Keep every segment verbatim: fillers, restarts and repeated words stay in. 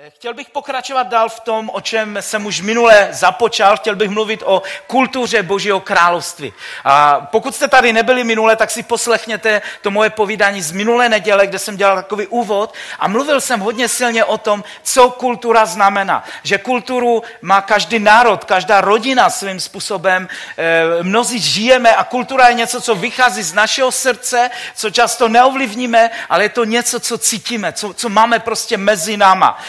Chtěl bych pokračovat dál v tom, o čem jsem už minule započal. Chtěl bych mluvit o kultuře Božího království. A pokud jste tady nebyli minule, tak si poslechněte to moje povídání z minulé neděle, kde jsem dělal takový úvod a mluvil jsem hodně silně o tom, co kultura znamená. Že kulturu má každý národ, každá rodina svým způsobem. E, mnozí žijeme a kultura je něco, co vychází z našeho srdce, co často neovlivníme, ale je to něco, co cítíme, co, co máme prostě mezi náma.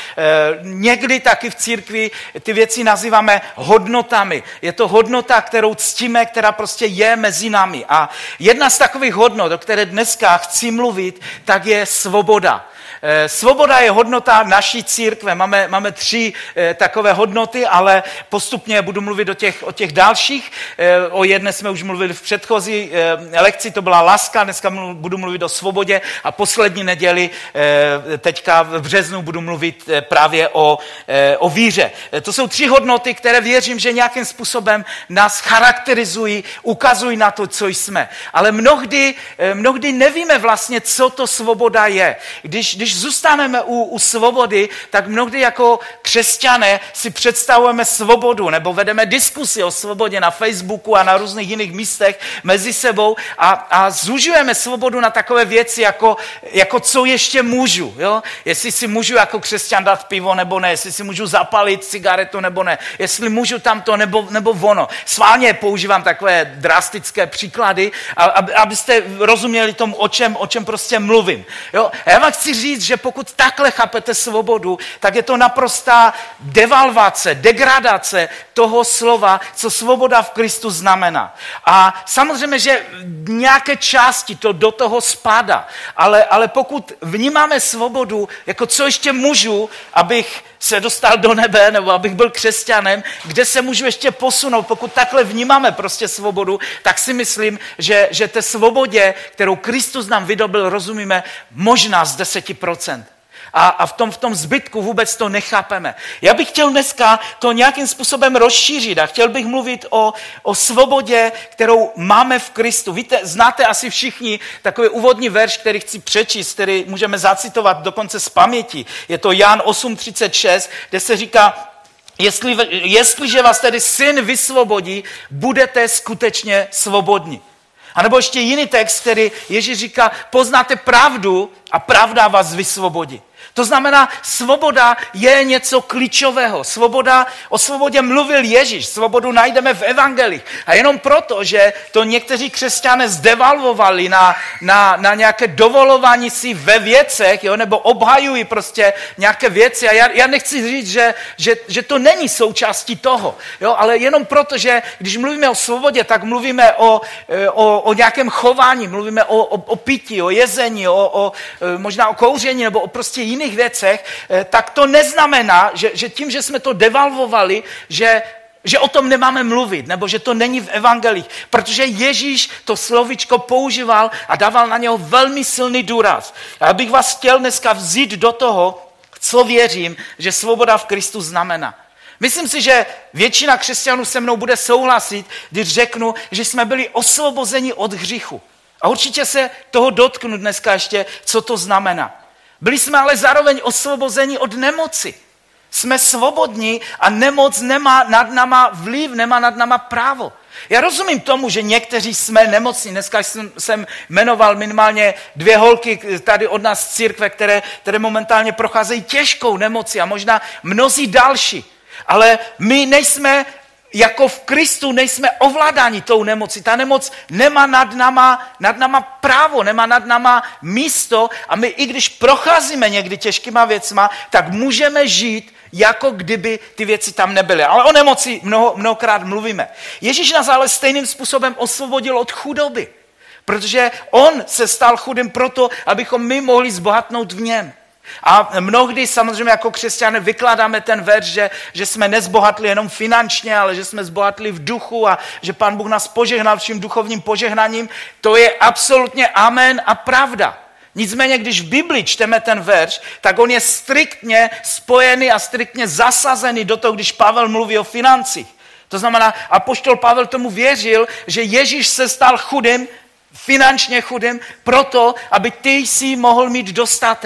Někdy taky v církvi ty věci nazýváme hodnotami. Je to hodnota, kterou ctíme, která prostě je mezi námi. A jedna z takových hodnot, o které dneska chci mluvit, tak je svoboda. Svoboda je hodnota naší církve. Máme, máme tři eh, takové hodnoty, ale postupně budu mluvit o těch, o těch dalších. Eh, o jedné jsme už mluvili v předchozí eh, lekci, to byla láska, dneska mluv, budu mluvit o svobodě a poslední neděli, eh, teďka v březnu, budu mluvit eh, právě o, eh, o víře. Eh, to jsou tři hodnoty, které věřím, že nějakým způsobem nás charakterizují, ukazují na to, co jsme. Ale mnohdy, eh, mnohdy nevíme vlastně, co to svoboda je. Když, když Když zůstaneme u, u svobody, tak mnohdy jako křesťané si představujeme svobodu nebo vedeme diskusi o svobodě na Facebooku a na různých jiných místech mezi sebou a, a zužujeme svobodu na takové věci, jako, jako co ještě můžu. Jo? Jestli si můžu jako křesťan dát pivo nebo ne, jestli si můžu zapalit cigaretu nebo ne, jestli můžu tamto nebo, nebo ono. Sválně používám takové drastické příklady, aby, abyste rozuměli tomu, o čem, o čem prostě mluvím. Jo? A já vám chci říct, že pokud takhle chápete svobodu, tak je to naprostá devalvace, degradace toho slova, co svoboda v Kristu znamená. A samozřejmě, že nějaké části to do toho spadá, ale, ale pokud vnímáme svobodu, jako co ještě můžu, abych se dostal do nebe, nebo abych byl křesťanem, kde se můžu ještě posunout, pokud takhle vnímáme prostě svobodu, tak si myslím, že, že té svobodě, kterou Kristus nám vydobil, rozumíme možná z deseti procent. A, a v, tom, v tom zbytku vůbec to nechápeme. Já bych chtěl dneska to nějakým způsobem rozšířit a chtěl bych mluvit o, o svobodě, kterou máme v Kristu. Víte, znáte asi všichni takový úvodní verš, který chci přečíst, který můžeme zacitovat dokonce z paměti. Je to Jan osm třicet šest, kde se říká, jestli, jestliže vás tedy syn vysvobodí, budete skutečně svobodní. A nebo ještě jiný text, který Ježíš říká, poznáte pravdu a pravda vás vysvobodí. To znamená, svoboda je něco klíčového. Svoboda, o svobodě mluvil Ježíš, svobodu najdeme v evangelích. A jenom proto, že to někteří křesťané zdevalvovali na, na, na nějaké dovolování si ve věcech, jo, nebo obhajují prostě nějaké věci. A já, já nechci říct, že, že, že to není součástí toho, jo, ale jenom proto, že když mluvíme o svobodě, tak mluvíme o, o, o nějakém chování, mluvíme o, o, o pití, o jezení, o, o, možná o kouření nebo o prostě jiných věcech, tak to neznamená, že, že tím, že jsme to devalvovali, že, že o tom nemáme mluvit, nebo že to není v evangelích, protože Ježíš to slovíčko používal a dával na něho velmi silný důraz. Já bych vás chtěl dneska vzít do toho, co věřím, že svoboda v Kristu znamená. Myslím si, že většina křesťanů se mnou bude souhlasit, když řeknu, že jsme byli osvobozeni od hříchu. A určitě se toho dotknu dneska ještě, co to znamená. Byli jsme ale zároveň osvobozeni od nemoci. Jsme svobodní a nemoc nemá nad náma vliv, nemá nad náma právo. Já rozumím tomu, že někteří jsme nemocní. Dneska jsem, jsem jmenoval minimálně dvě holky tady od nás z církve, které, které momentálně procházejí těžkou nemocí a možná mnozí další. Ale my nejsme jako v Kristu, nejsme ovládáni tou nemocí. Ta nemoc nemá nad náma, nad náma právo, nemá nad náma místo a my i když procházíme někdy těžkýma věcma, tak můžeme žít, jako kdyby ty věci tam nebyly. Ale o nemoci mnoho, mnohokrát mluvíme. Ježíš nás ale stejným způsobem osvobodil od chudoby, protože on se stal chudým proto, abychom my mohli zbohatnout v něm. A mnohdy samozřejmě jako křesťané vykládáme ten verš, že, že jsme nezbohatli jenom finančně, ale že jsme zbohatli v duchu a že Pán Bůh nás požehnal vším duchovním požehnaním. To je absolutně amen a pravda. Nicméně, když v Biblii čteme ten verš, tak on je striktně spojený a striktně zasazený do toho, když Pavel mluví o financích. To znamená, apoštol Pavel tomu věřil, že Ježíš se stal chudým, finančně chudým, proto, aby ty si mohl mít dostatek.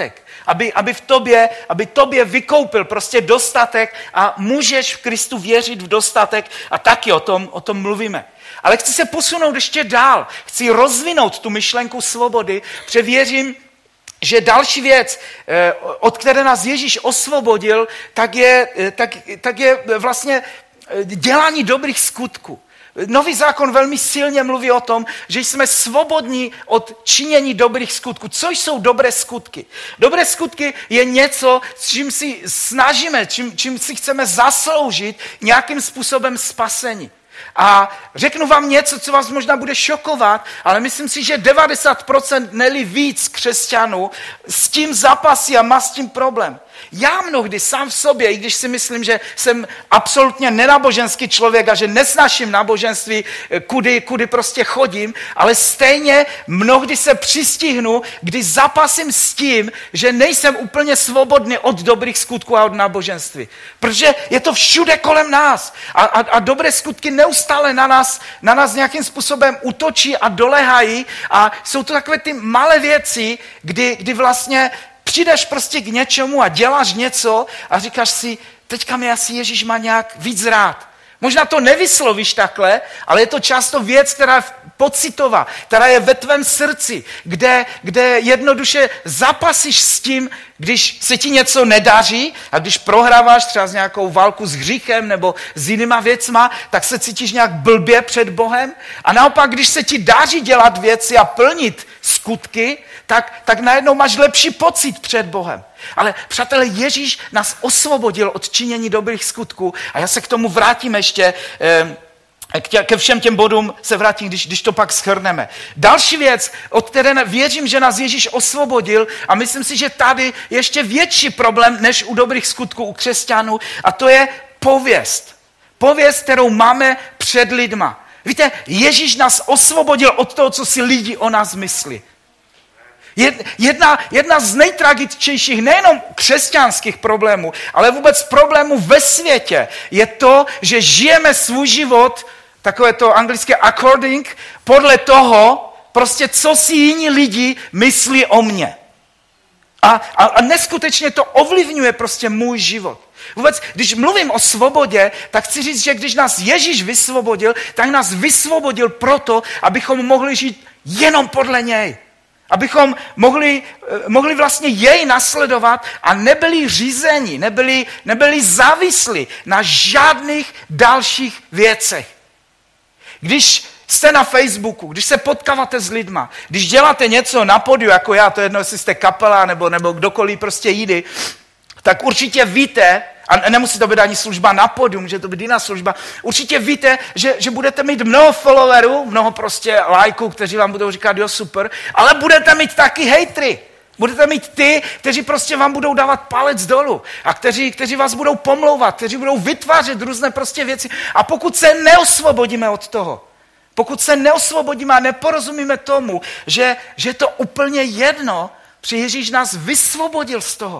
Aby, aby v tobě, aby tobě vykoupil prostě dostatek a můžeš v Kristu věřit v dostatek a taky o tom, o tom mluvíme. Ale chci se posunout ještě dál. Chci rozvinout tu myšlenku svobody, protože věřím, že další věc, od které nás Ježíš osvobodil, tak je, tak, tak je vlastně dělání dobrých skutků. Nový zákon velmi silně mluví o tom, že jsme svobodní od činění dobrých skutků. Co jsou dobré skutky? Dobré skutky je něco, s čím si snažíme, čím, čím si chceme zasloužit nějakým způsobem spasení. A řeknu vám něco, co vás možná bude šokovat, ale myslím si, že devadesát procent neli víc křesťanů s tím zápasí a má s tím problém. Já mnohdy sám v sobě, i když si myslím, že jsem absolutně nenáboženský člověk a že nesnáším náboženství, kudy, kudy prostě chodím, ale stejně mnohdy se přistihnu, kdy zápasím s tím, že nejsem úplně svobodný od dobrých skutků a od náboženství. Protože je to všude kolem nás a, a, a dobré skutky neustále na nás, na nás nějakým způsobem útočí a dolehají a jsou to takové ty malé věci, kdy, kdy vlastně přijdeš prostě k něčemu a děláš něco a říkáš si, teďka mi asi Ježíš má nějak víc rád. Možná to nevyslovíš takhle, ale je to často věc, která je pocitová, která je ve tvém srdci, kde, kde jednoduše zapasíš s tím, když se ti něco nedaří a když prohráváš třeba s nějakou válku s hříchem nebo s jinýma věcma, tak se cítíš nějak blbě před Bohem. A naopak, když se ti daří dělat věci a plnit skutky, tak, tak najednou máš lepší pocit před Bohem. Ale přátelé, Ježíš nás osvobodil od činění dobrých skutků a já se k tomu vrátím ještě, ke všem těm bodům se vrátím, když, když to pak shrneme. Další věc, od které věřím, že nás Ježíš osvobodil a myslím si, že tady je ještě větší problém než u dobrých skutků u křesťanů a to je pověst. Pověst, kterou máme před lidma. Víte, Ježíš nás osvobodil od toho, co si lidi o nás myslí. Jedna, jedna z nejtragičtějších nejenom křesťanských problémů, ale vůbec problémů ve světě je to, že žijeme svůj život, takové to anglické according, podle toho, prostě co si jiní lidi myslí o mně. A, a, a neskutečně to ovlivňuje prostě můj život. Vůbec, když mluvím o svobodě, tak chci říct, že když nás Ježíš vysvobodil, tak nás vysvobodil proto, abychom mohli žít jenom podle něj. Abychom mohli, mohli vlastně jej nasledovat a nebyli řízeni, nebyli, nebyli závislí na žádných dalších věcech. Když jste na Facebooku, když se potkáváte s lidma, když děláte něco na podiu, jako já, to je jedno, jestli jste kapela nebo, nebo kdokoliv prostě jiný, tak určitě víte, a nemusí to být ani služba na podium, může to být jiná služba, určitě víte, že, že budete mít mnoho followerů, mnoho prostě lajků, kteří vám budou říkat, jo super, ale budete mít taky hejtry. Budete mít ty, kteří prostě vám budou dávat palec dolů a kteří, kteří vás budou pomlouvat, kteří budou vytvářet různé prostě věci. A pokud se neosvobodíme od toho, pokud se neosvobodíme a neporozumíme tomu, že, že je to úplně jedno, že Ježíš nás vysvobodil z toho.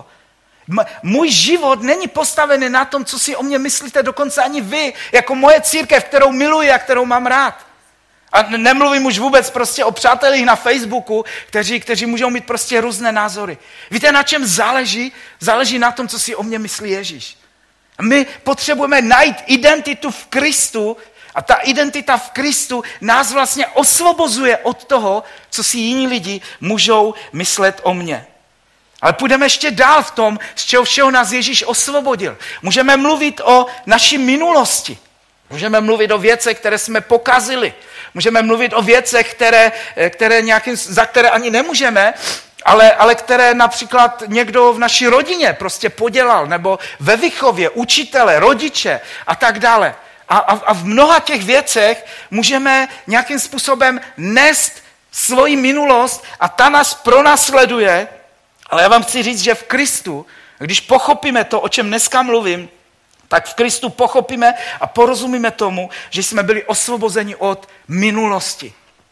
Můj život není postavený na tom, co si o mě myslíte, dokonce ani vy, jako moje církev, kterou miluji a kterou mám rád. A nemluvím už vůbec prostě o přátelích na Facebooku, kteří, kteří můžou mít prostě různé názory. Víte, na čem záleží? Záleží na tom, co si o mě myslí Ježíš. My potřebujeme najít identitu v Kristu a ta identita v Kristu nás vlastně osvobozuje od toho, co si jiní lidi můžou myslet o mně. Ale půjdeme ještě dál v tom, z čeho všeho nás Ježíš osvobodil. Můžeme mluvit o naší minulosti. Můžeme mluvit o věcech, které jsme pokazili. Můžeme mluvit o věcech, které, které nějakým, za které ani nemůžeme, ale, ale které například někdo v naší rodině prostě podělal, nebo ve výchově, učitele, rodiče a tak dále. A, a, a v mnoha těch věcech můžeme nějakým způsobem nést svoji minulost a ta nás pronásleduje. Ale já vám chci říct, že v Kristu, když pochopíme to, o čem dneska mluvím, tak v Kristu pochopíme a porozumíme tomu, že jsme byli osvobozeni od minulosti.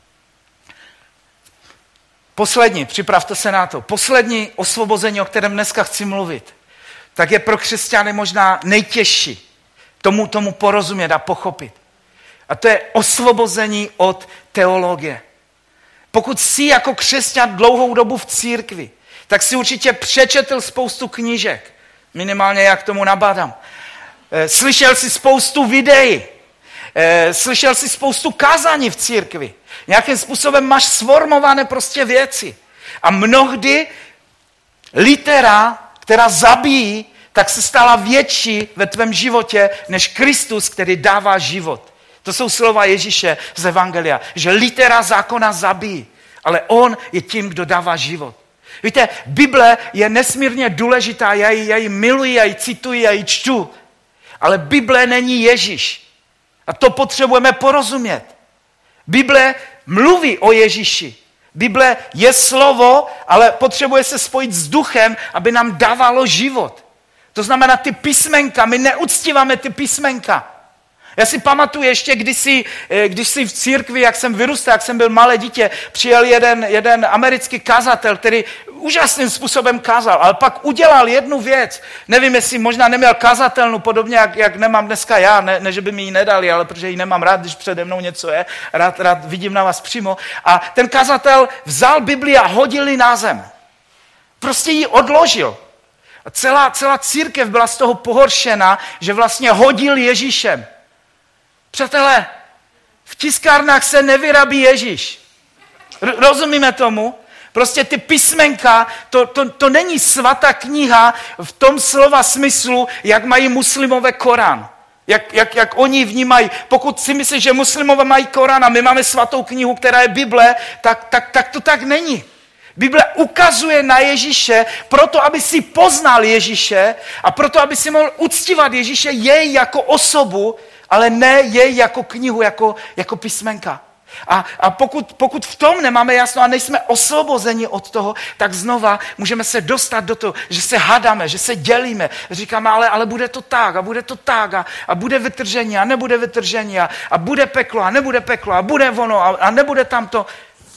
Poslední, připravte se na to, poslední osvobození, o kterém dneska chci mluvit, tak je pro křesťany možná nejtěžší tomu, tomu porozumět a pochopit. A to je osvobození od teologie. Pokud jsi jako křesťan dlouhou dobu v církvi, tak si určitě přečetl spoustu knížek. Minimálně já k tomu nabádám. Slyšel jsi spoustu videí. Slyšel jsi spoustu kázání v církvi. Nějakým způsobem máš sformované prostě věci. A mnohdy litera, která zabíjí, tak se stala větší ve tvém životě, než Kristus, který dává život. To jsou slova Ježíše z Evangelia, že litera zákona zabíjí, ale on je tím, kdo dává život. Víte, Bible je nesmírně důležitá, já ji, já ji miluji, já ji cituji, já ji čtu, ale Bible není Ježíš. A to potřebujeme porozumět. Bible mluví o Ježíši. Bible je slovo, ale potřebuje se spojit s duchem, aby nám dávalo život. To znamená ty písmenka, my neuctíváme ty písmenka. Já si pamatuju ještě, když jsi, když jsi v církvi, jak jsem vyrůstal, jak jsem byl malé dítě, přijel jeden, jeden americký kazatel, který úžasným způsobem kázal, ale pak udělal jednu věc. Nevím, jestli možná neměl kazatelnu, podobně jak, jak nemám dneska já, ne, ne že by mi ji nedali, ale protože ji nemám rád, když přede mnou něco je, rád, rád vidím na vás přímo. A ten kazatel vzal Bibli a hodil ji na zem. Prostě ji odložil. A celá, celá církev byla z toho pohoršena, že vlastně hodil Ježíšem. Přátelé, v tiskárnách se nevyrábí Ježíš. R- rozumíme tomu? Prostě ty písmenka, to, to, to není svatá kniha v tom slova smyslu, jak mají muslimové Korán. Jak, jak, jak oni vnímají. Pokud si myslíš, že muslimové mají Korán a my máme svatou knihu, která je Bible, tak, tak, tak to tak není. Bible ukazuje na Ježíše proto, aby si poznal Ježíše a proto, aby si mohl uctívat Ježíše jej jako osobu, ale ne jej jako knihu, jako, jako písmenka. A, a pokud, pokud v tom nemáme jasno a nejsme osvobozeni od toho, tak znova můžeme se dostat do toho, že se hádáme, že se dělíme. Říkáme, ale, ale bude to tak a bude to tak a, a bude vytržení a nebude vytržení a, a bude peklo a nebude peklo a bude ono a, a nebude tamto.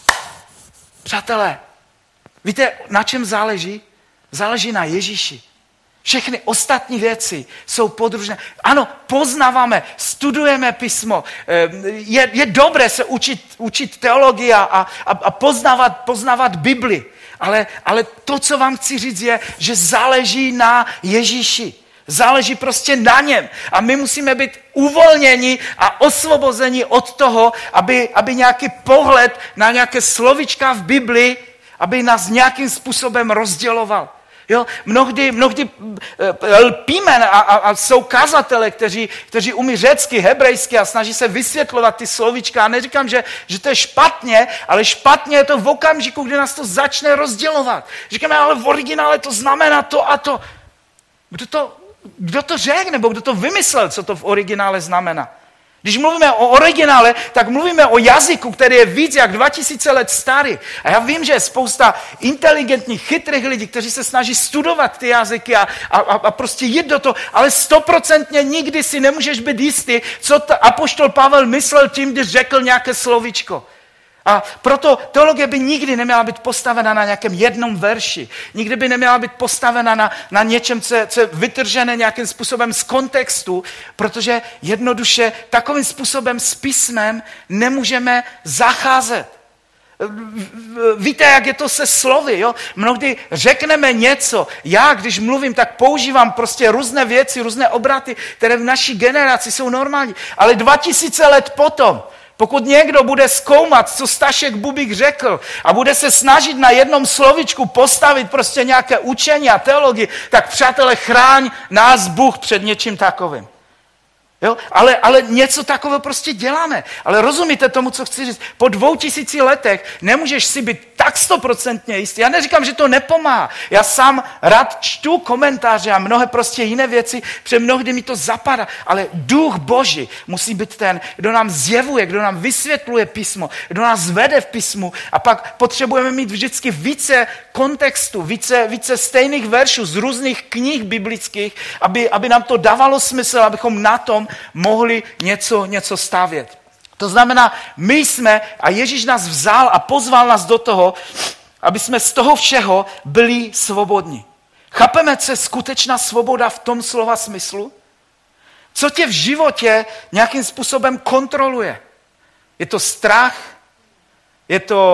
Přátelé, víte, na čem záleží? Záleží na Ježíši. Všechny ostatní věci jsou podružné. Ano, poznáváme, studujeme písmo. Je, je dobré se učit, učit teologii a, a, a poznávat, poznávat Bibli. Ale, ale to, co vám chci říct, je, že záleží na Ježíši. Záleží prostě na něm. A my musíme být uvolněni a osvobozeni od toho, aby, aby nějaký pohled na nějaké slovička v Bibli, aby nás nějakým způsobem rozděloval. Jo, mnohdy, mnohdy lpíme a, a, a jsou kazatele, kteří, kteří umí řecky, hebrejsky a snaží se vysvětlovat ty slovíčka. A neříkám, že, že to je špatně, ale špatně je to v okamžiku, kdy nás to začne rozdělovat. Říkáme, ale v originále to znamená to a to. Kdo to, kdo to řekl, nebo kdo to vymyslel, co to v originále znamená? Když mluvíme o originále, tak mluvíme o jazyku, který je víc jak dva tisíce let starý. A já vím, že je spousta inteligentních, chytrých lidí, kteří se snaží studovat ty jazyky a, a, a prostě jít do toho, ale stoprocentně nikdy si nemůžeš být jistý, co apoštol Pavel myslel tím, když řekl nějaké slovíčko. A proto teologie by nikdy neměla být postavena na nějakém jednom verši. Nikdy by neměla být postavena na, na něčem, co je, co je vytržené nějakým způsobem z kontextu, protože jednoduše takovým způsobem s písmem nemůžeme zacházet. Víte, jak je to se slovy, jo? Mnohdy řekneme něco. Já, když mluvím, tak používám prostě různé věci, různé obraty, které v naší generaci jsou normální. Ale dva tisíce let potom, pokud někdo bude zkoumat, co Stašek Bubík řekl a bude se snažit na jednom slovičku postavit prostě nějaké učení a teologii, tak přátelé, chráň nás Bůh před něčím takovým. Jo? Ale, ale něco takového prostě děláme. Ale rozumíte tomu, co chci říct? Po dvou tisíci letech nemůžeš si být tak stoprocentně jistý. Já neříkám, že to nepomáhá. Já sám rád čtu komentáře a mnohé prostě jiné věci, protože mnohdy mi to zapadá. Ale Duch Boží musí být ten, kdo nám zjevuje, kdo nám vysvětluje písmo, kdo nás vede v písmu. A pak potřebujeme mít vždycky více kontextu, více, více stejných veršů z různých knih biblických, aby, aby nám to dávalo smysl, abychom na tom mohli něco, něco stavět. To znamená, my jsme, a Ježíš nás vzal a pozval nás do toho, aby jsme z toho všeho byli svobodní. Chápeme, co je skutečná svoboda v tom slova smyslu? Co tě v životě nějakým způsobem kontroluje? Je to strach? Je to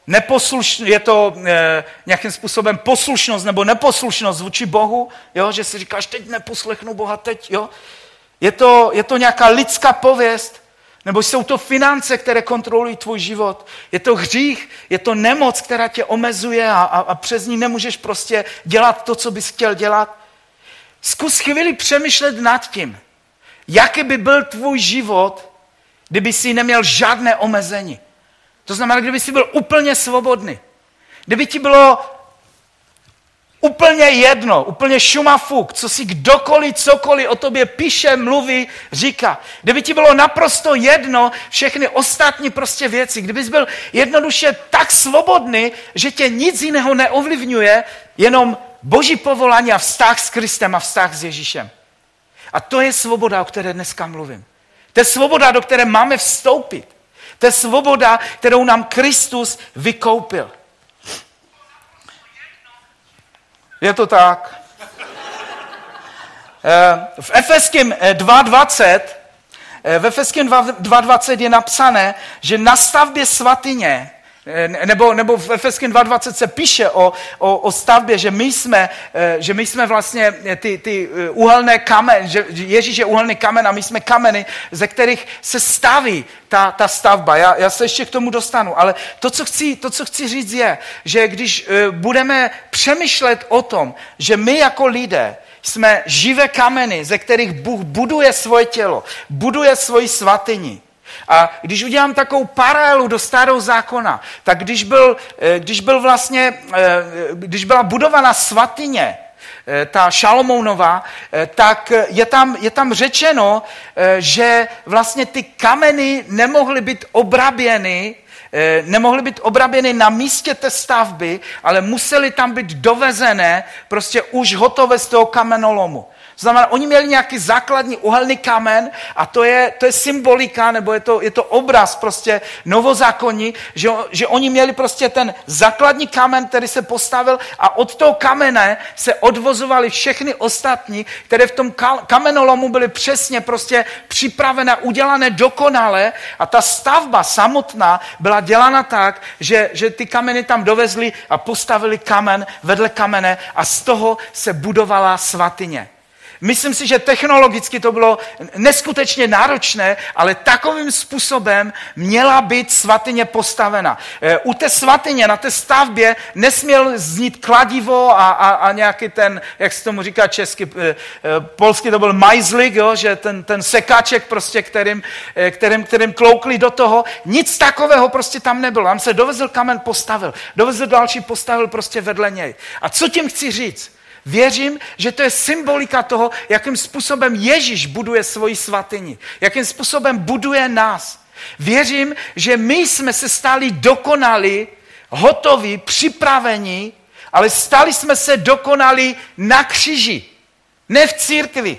neposluš, je to e, nějakým způsobem poslušnost nebo neposlušnost vůči Bohu, jo? Že si říkáš, teď neposlechnu Boha, teď, jo? Je to, je to nějaká lidská pověst, nebo jsou to finance, které kontrolují tvůj život. Je to hřích, je to nemoc, která tě omezuje a, a, a přes ní nemůžeš prostě dělat to, co bys chtěl dělat. Zkus chvíli přemýšlet nad tím, jaký by byl tvůj život, kdyby jsi neměl žádné omezení. To znamená, kdyby jsi byl úplně svobodný. Kdyby ti bylo úplně jedno, úplně šumafuk, co si kdokoliv, cokoliv o tobě píše, mluví, říká. Kdyby ti bylo naprosto jedno všechny ostatní prostě věci. Kdybys byl jednoduše tak svobodný, že tě nic jiného neovlivňuje, jenom Boží povolání a vztah s Kristem a vztah s Ježíšem. A to je svoboda, o které dneska mluvím. To je svoboda, do které máme vstoupit. To je svoboda, kterou nám Kristus vykoupil. Je to tak. V Efeským dva dvacet, v Efeským dva dvacet je napsané, že na stavbě svatyně, nebo, nebo v Efeským dva dvacet se píše o, o, o stavbě, že my jsme, že my jsme vlastně ty, ty uhelné kameny, že Ježíš je uhelný kamen a my jsme kameny, ze kterých se staví ta, ta stavba. Já, já se ještě k tomu dostanu, ale to co, chci, to, co chci říct je, že když budeme přemýšlet o tom, že my jako lidé jsme živé kameny, ze kterých Bůh buduje svoje tělo, buduje svoji svatyni. A když udělám takovou paralelu do Starého zákona, tak když, byl, když, byl vlastně, když byla budovaná svatyně, ta Šalomounova, tak je tam, je tam řečeno, že vlastně ty kameny nemohly být obraběny, nemohly být obraběny na místě té stavby, ale musely tam být dovezené prostě už hotové z toho kamenolomu. Znamená, oni měli nějaký základní uhelný kamen a to je, to je symbolika, nebo je to, je to obraz prostě novozákonní, že, že oni měli prostě ten základní kamen, který se postavil a od toho kamene se odvozovali všechny ostatní, které v tom kamenolomu byly přesně prostě připravené, udělané dokonale a ta stavba samotná byla dělána tak, že, že ty kameny tam dovezli a postavili kamen vedle kamene a z toho se budovala svatyně. Myslím si, že technologicky to bylo neskutečně náročné, ale takovým způsobem měla být svatyně postavena. U té svatyně, na té stavbě nesměl znít kladivo a, a, a nějaký ten, jak se tomu říká česky, polsky to byl majzlik, jo, že ten, ten sekáček, prostě, kterým, kterým, kterým tloukli do toho. Nic takového prostě tam nebylo. Tam se dovezl kamen, postavil. Dovezl další, postavil prostě vedle něj. A co tím chci říct? Věřím, že to je symbolika toho, jakým způsobem Ježíš buduje svoji svatyni, jakým způsobem buduje nás. Věřím, že my jsme se stali dokonali, hotoví, připraveni, ale stali jsme se dokonali na kříži, ne v církvi.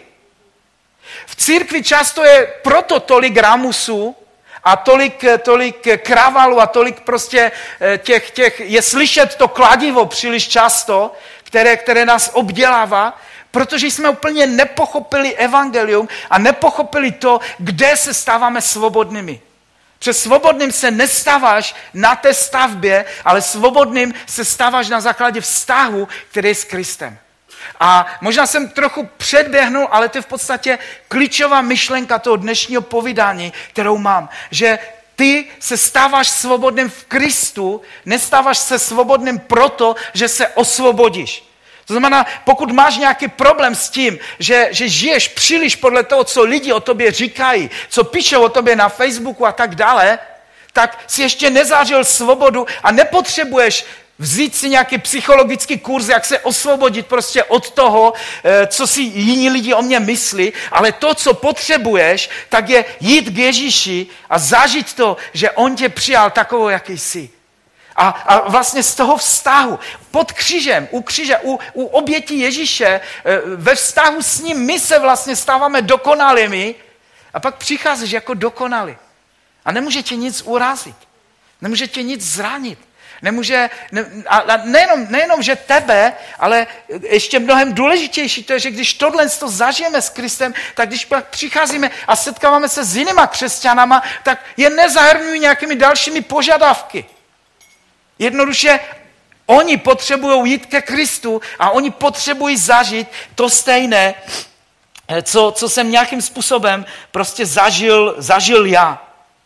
V církvi často je proto tolik rámusů a tolik, tolik kravalu a tolik prostě těch, těch, je slyšet to kladivo příliš často, Které, které nás obdělává, protože jsme úplně nepochopili evangelium a nepochopili to, kde se stáváme svobodnými. Přes svobodným se nestáváš na té stavbě, ale svobodným se stáváš na základě vztahu, který je s Kristem. A možná jsem trochu předběhnul, ale to je v podstatě klíčová myšlenka toho dnešního povídání, kterou mám, že ty se stáváš svobodným v Kristu, nestáváš se svobodným proto, že se osvobodíš. To znamená, pokud máš nějaký problém s tím, že, že žiješ příliš podle toho, co lidi o tobě říkají, co píšou o tobě na Facebooku a tak dále, tak si ještě nezažil svobodu a nepotřebuješ vzít si nějaký psychologický kurz, jak se osvobodit prostě od toho, co si jiní lidi o mě myslí, ale to, co potřebuješ, tak je jít k Ježíši a zažít to, že on tě přijal takovou, jaký jsi. A, a vlastně z toho vztahu, pod křížem, u kříže, u, u oběti Ježíše, ve vztahu s ním my se vlastně stáváme dokonalými a pak přicházíš jako dokonalý. A nemůže tě nic urazit, nemůže tě nic zranit. Nemůže, ne, a nejenom, nejenom, že tebe, ale ještě mnohem důležitější to je, že když tohle to zažijeme s Kristem, tak když pak přicházíme a setkáváme se s jinýma křesťanama, tak je nezahrnují nějakými dalšími požadavky. Jednoduše, oni potřebují jít ke Kristu a oni potřebují zažít to stejné, co, co jsem nějakým způsobem prostě zažil, zažil já.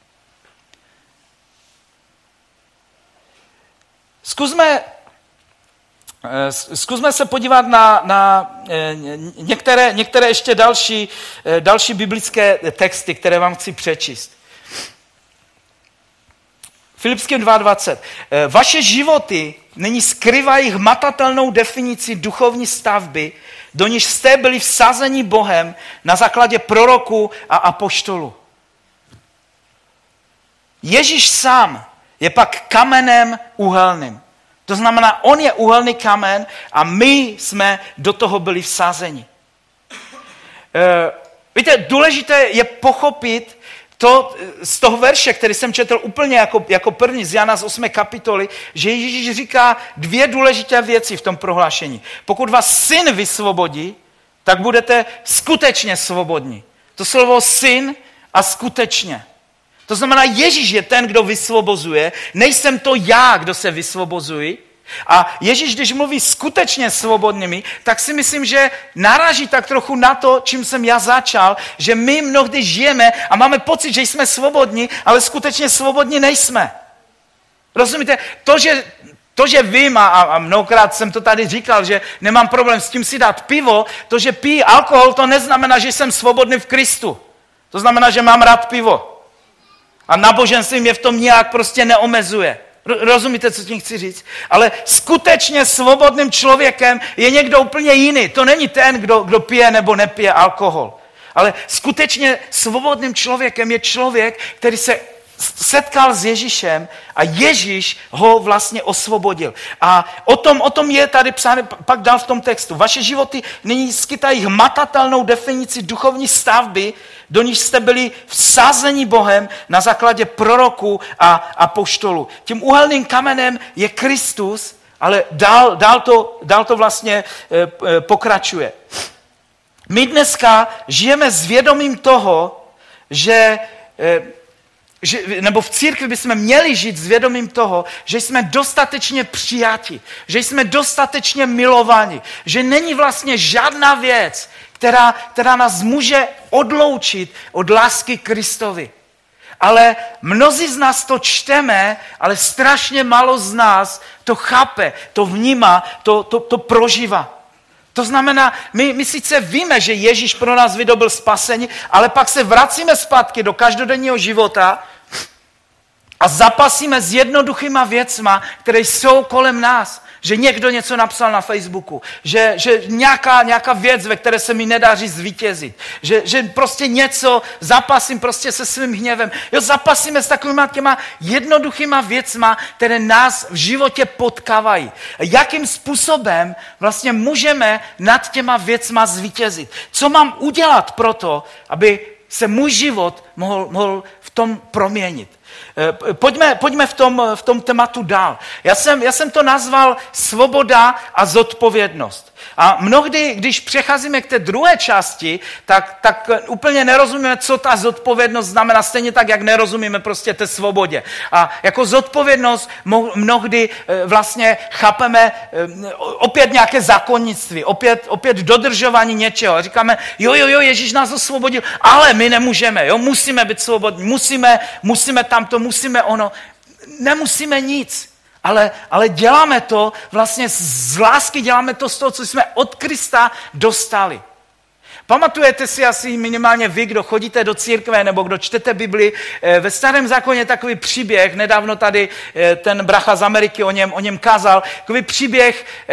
Zkusme, zkusme se podívat na, na některé, některé ještě další, další biblické texty, které vám chci přečíst. Filipským dva dvacet. Vaše životy nyní skrývají hmatatelnou definici duchovní stavby, do níž jste byli vsazeni Bohem na základě proroků a apoštolů. Ježíš sám je pak kamenem úhelným. To znamená, on je úhelný kamen a my jsme do toho byli vsázeni. E, víte, důležité je pochopit to z toho verše, který jsem četl úplně jako, jako první z Jana z osmé kapitoly, že Ježíš říká dvě důležité věci v tom prohlášení. Pokud vás syn vysvobodí, tak budete skutečně svobodní. To slovo syn a skutečně. To znamená, Ježíš je ten, kdo vysvobozuje, nejsem to já, kdo se vysvobozuji. A Ježíš, když mluví skutečně svobodnými, tak si myslím, že naráží tak trochu na to, čím jsem já začal, že my mnohdy žijeme a máme pocit, že jsme svobodní, ale skutečně svobodní nejsme. Rozumíte? To, že, to, že vím, a, a mnohokrát jsem to tady říkal, že nemám problém s tím si dát pivo, to, že pijí alkohol, to neznamená, že jsem svobodný v Kristu. To znamená, že mám rád pivo. A náboženství mě v tom nějak prostě neomezuje. Rozumíte, co tím chci říct? Ale skutečně svobodným člověkem je někdo úplně jiný. To není ten, kdo, kdo pije nebo nepije alkohol. Ale skutečně svobodným člověkem je člověk, který se setkal s Ježíšem a Ježíš ho vlastně osvobodil. A o tom, o tom je tady psáno pak dál v tom textu. Vaše životy nyní skytají hmatatelnou definici duchovní stavby, do níž jste byli vsázeni Bohem na základě proroků a apoštolů. Tím úhelným kamenem je Kristus, ale dál, dál, to, dál to vlastně e, pokračuje. My dneska žijeme s vědomím toho, že e, Že, nebo v církvi bychom měli žít s vědomím toho, že jsme dostatečně přijati, že jsme dostatečně milováni, že není vlastně žádná věc, která, která nás může odloučit od lásky Kristovi. Ale mnozí z nás to čteme, ale strašně málo z nás to chápe, to vnímá, to, to, to prožívá. To znamená, my, my sice víme, že Ježíš pro nás vydobil spasení, ale pak se vracíme zpátky do každodenního života a zapasíme s jednoduchýma věcma, které jsou kolem nás. Že někdo něco napsal na Facebooku, že, že nějaká, nějaká věc, ve které se mi nedaří zvítězit, že, že prostě něco, zapasím prostě se svým hněvem. Jo, zapasíme s takovýma těma jednoduchýma věcma, které nás v životě potkávají. Jakým způsobem vlastně můžeme nad těma věcma zvítězit? Co mám udělat pro to, aby se můj život mohl, mohl v tom proměnit? Pojďme, pojďme v, tom, v tom tématu dál. Já jsem, já jsem to nazval svoboda a zodpovědnost. A mnohdy, když přecházíme k té druhé části, tak, tak úplně nerozumíme, co ta zodpovědnost znamená, stejně tak, jak nerozumíme prostě té svobodě. A jako zodpovědnost mnohdy vlastně chápeme opět nějaké zákonnictví, opět, opět dodržování něčeho. A říkáme, jo, jo, jo, Ježíš nás osvobodil, ale my nemůžeme, jo, musíme být svobodní, musíme, musíme tamto, musíme ono. Nemusíme nic. Ale, ale děláme to vlastně z lásky, děláme to z toho, co jsme od Krista dostali. Pamatujete si asi minimálně vy, kdo chodíte do církve nebo kdo čtete Bibli, ve Starém zákoně je takový příběh, nedávno tady ten bracha z Ameriky o něm, o něm kázal, takový příběh eh,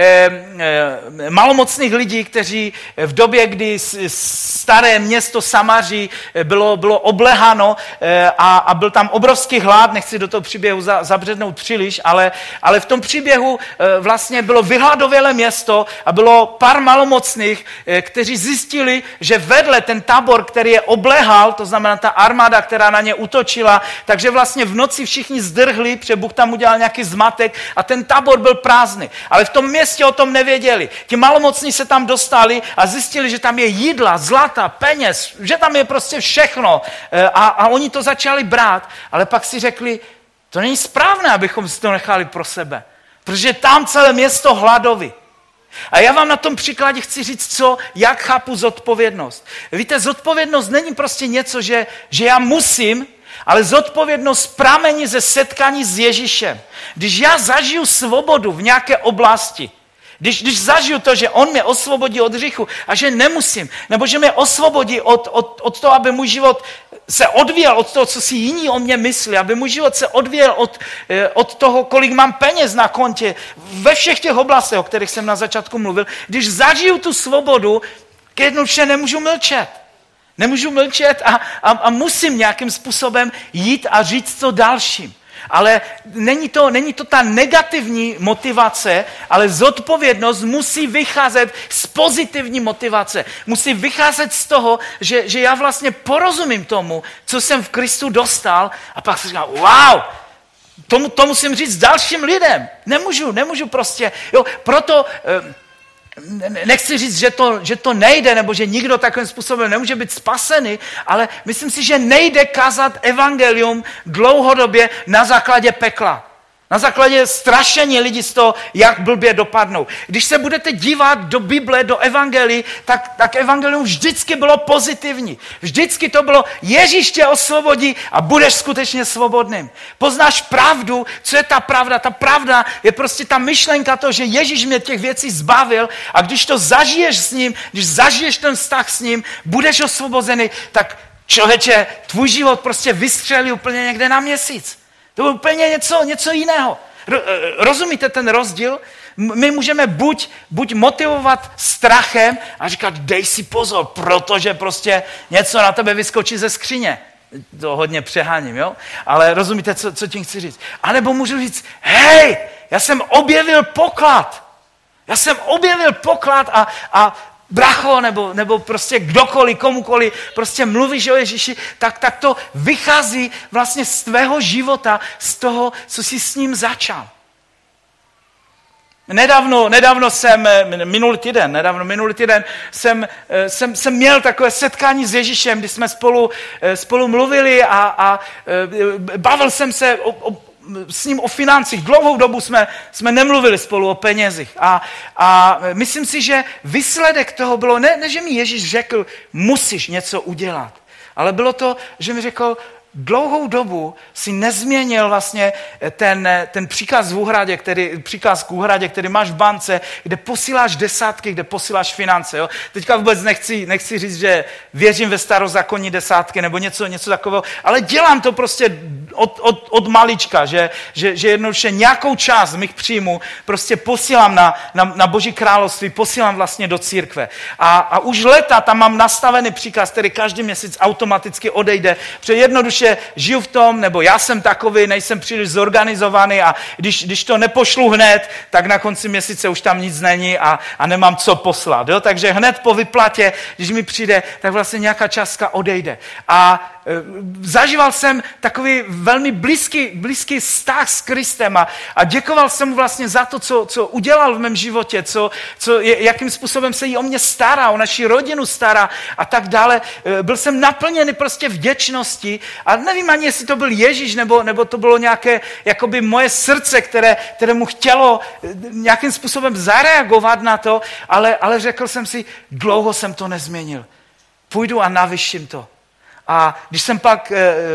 eh, malomocných lidí, kteří v době, kdy staré město Samaří bylo, bylo obleháno eh, a, a byl tam obrovský hlad, nechci do toho příběhu za, zabřednout příliš, ale, ale v tom příběhu eh, vlastně bylo vyhladovělé město a bylo pár malomocných, eh, kteří zjistili, že vedle ten tábor, který je oblehal, to znamená ta armáda, která na ně útočila, takže vlastně v noci všichni zdrhli, protože Bůh tam udělal nějaký zmatek a ten tábor byl prázdný. Ale v tom městě o tom nevěděli. Ti malomocní se tam dostali a zjistili, že tam je jídla, zlata, peněz, že tam je prostě všechno. A, a oni to začali brát, ale pak si řekli, To není správné, abychom si to nechali pro sebe, protože tam celé město hladoví. A já vám na tom příkladě chci říct, co, jak chápu zodpovědnost. Víte, zodpovědnost není prostě něco, že, že já musím, ale zodpovědnost pramení ze setkání s Ježíšem. Když já zažiju svobodu v nějaké oblasti, Když, když zažiju to, že on mě osvobodí od hříchu a že nemusím, nebo že mě osvobodí od, od, od toho, aby můj život se odvíjel od toho, co si jiní o mě myslí, aby můj život se odvíjel od, od toho, kolik mám peněz na kontě, ve všech těch oblastech, o kterých jsem na začátku mluvil. Když zažiju tu svobodu, jednoduše nemůžu mlčet. Nemůžu mlčet a, a, a musím nějakým způsobem jít a říct to dalším. Ale není to, není to ta negativní motivace, ale zodpovědnost musí vycházet z pozitivní motivace. Musí vycházet z toho, že, že já vlastně porozumím tomu, co jsem v Kristu dostal a pak si říkám, wow, to, to musím říct dalším lidem. Nemůžu, nemůžu prostě. Jo, proto nechci říct, že to, že to nejde, nebo že nikdo takovým způsobem nemůže být spasený, ale myslím si, že nejde kázat evangelium dlouhodobě na základě pekla. Na základě strašení lidí z toho, jak blbě dopadnou. Když se budete dívat do Bible, do evangelií, tak, tak evangelium vždycky bylo pozitivní. Vždycky to bylo, Ježíš tě osvobodí a budeš skutečně svobodným. Poznáš pravdu, co je ta pravda? Ta pravda je prostě ta myšlenka toho, že Ježíš mě těch věcí zbavil a když to zažiješ s ním, když zažiješ ten vztah s ním, budeš osvobozený, tak člověče, tvůj život prostě vystřelí úplně někde na měsíc. To bylo úplně něco, něco jiného. Rozumíte ten rozdíl? My můžeme buď, buď motivovat strachem a říkat, dej si pozor, protože prostě něco na tebe vyskočí ze skříně. To hodně přeháním, jo? Ale rozumíte, co, co tím chci říct? A nebo můžu říct, hej, já jsem objevil poklad. Já jsem objevil poklad a, a bracho, nebo, nebo prostě kdokoliv, komukoliv, prostě mluvíš o Ježíši, tak, tak to vychází vlastně z tvého života, z toho, co jsi s ním začal. Nedávno, nedávno jsem, minulý týden, nedávno, minulý týden jsem, jsem, jsem měl takové setkání s Ježíšem, kdy jsme spolu, spolu mluvili a, a bavil jsem se o, o s ním o financích. Dlouhou dobu jsme, jsme nemluvili spolu o penězích. A, a myslím si, že výsledek toho bylo, ne, ne, že mi Ježíš řekl, musíš něco udělat, ale bylo to, že mi řekl, dlouhou dobu si nezměnil vlastně ten, ten příkaz v úhradě, který, příkaz k úhradě, který máš v bance, kde posíláš desátky, kde posíláš finance. Jo? Teďka vůbec nechci, nechci říct, že věřím ve starozákonní desátky nebo něco, něco takového, ale dělám to prostě od, od, od malička, že, že, že jednoduše nějakou část mých příjmů prostě posílám na, na, na Boží království, posílám vlastně do církve. A, a už leta tam mám nastavený příkaz, který každý měsíc automaticky odejde, protože jednoduše žiju v tom, nebo já jsem takový, nejsem příliš zorganizovaný a když, když to nepošlu hned, tak na konci měsíce už tam nic není a, a nemám co poslat. Jo? Takže hned po vyplatě, když mi přijde, tak vlastně nějaká částka odejde. A e, zažíval jsem takový velmi blízký, blízký vztah s Kristem a, a děkoval jsem mu vlastně za to, co, co udělal v mém životě, co, co, jakým způsobem se jí o mě stará, o naši rodinu stará a tak dále. E, byl jsem naplněný prostě vděčnosti a nevím ani, jestli to byl Ježíš, nebo, nebo to bylo nějaké jakoby moje srdce, které, které mu chtělo nějakým způsobem zareagovat na to, ale, ale řekl jsem si, dlouho jsem to nezměnil. Půjdu a navyším to. A když jsem pak,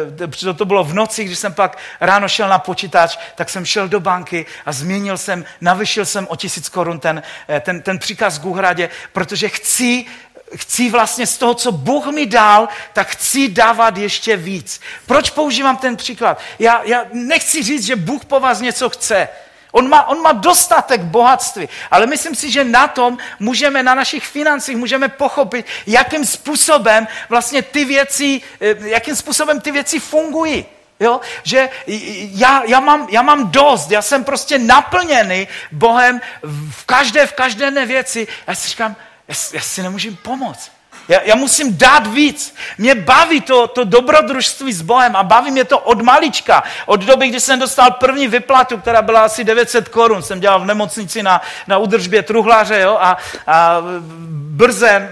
to bylo v noci, když jsem pak ráno šel na počítač, tak jsem šel do banky a změnil jsem, navyšil jsem o tisíc korun ten, ten, ten příkaz k úhradě, protože chci Chci vlastně z toho, co Bůh mi dal, tak chci dávat ještě víc. Proč používám ten příklad? Já, já nechci říct, že Bůh po vás něco chce. On má, on má dostatek bohatství, ale myslím si, že na tom můžeme, na našich financích můžeme pochopit, jakým způsobem vlastně ty věci, jakým způsobem ty věci fungují. Jo? Že já, já, mám, já mám dost, já jsem prostě naplněný Bohem v každé, v každé věci. Já si říkám, Já, já si nemůžu pomoct. Já, já musím dát víc. Mě baví to, to dobrodružství s Bohem a baví mě to od malička. Od doby, kdy jsem dostal první vyplatu, která byla asi devět set korun. Jsem dělal v nemocnici na, na údržbě truhláře, jo, a, a brze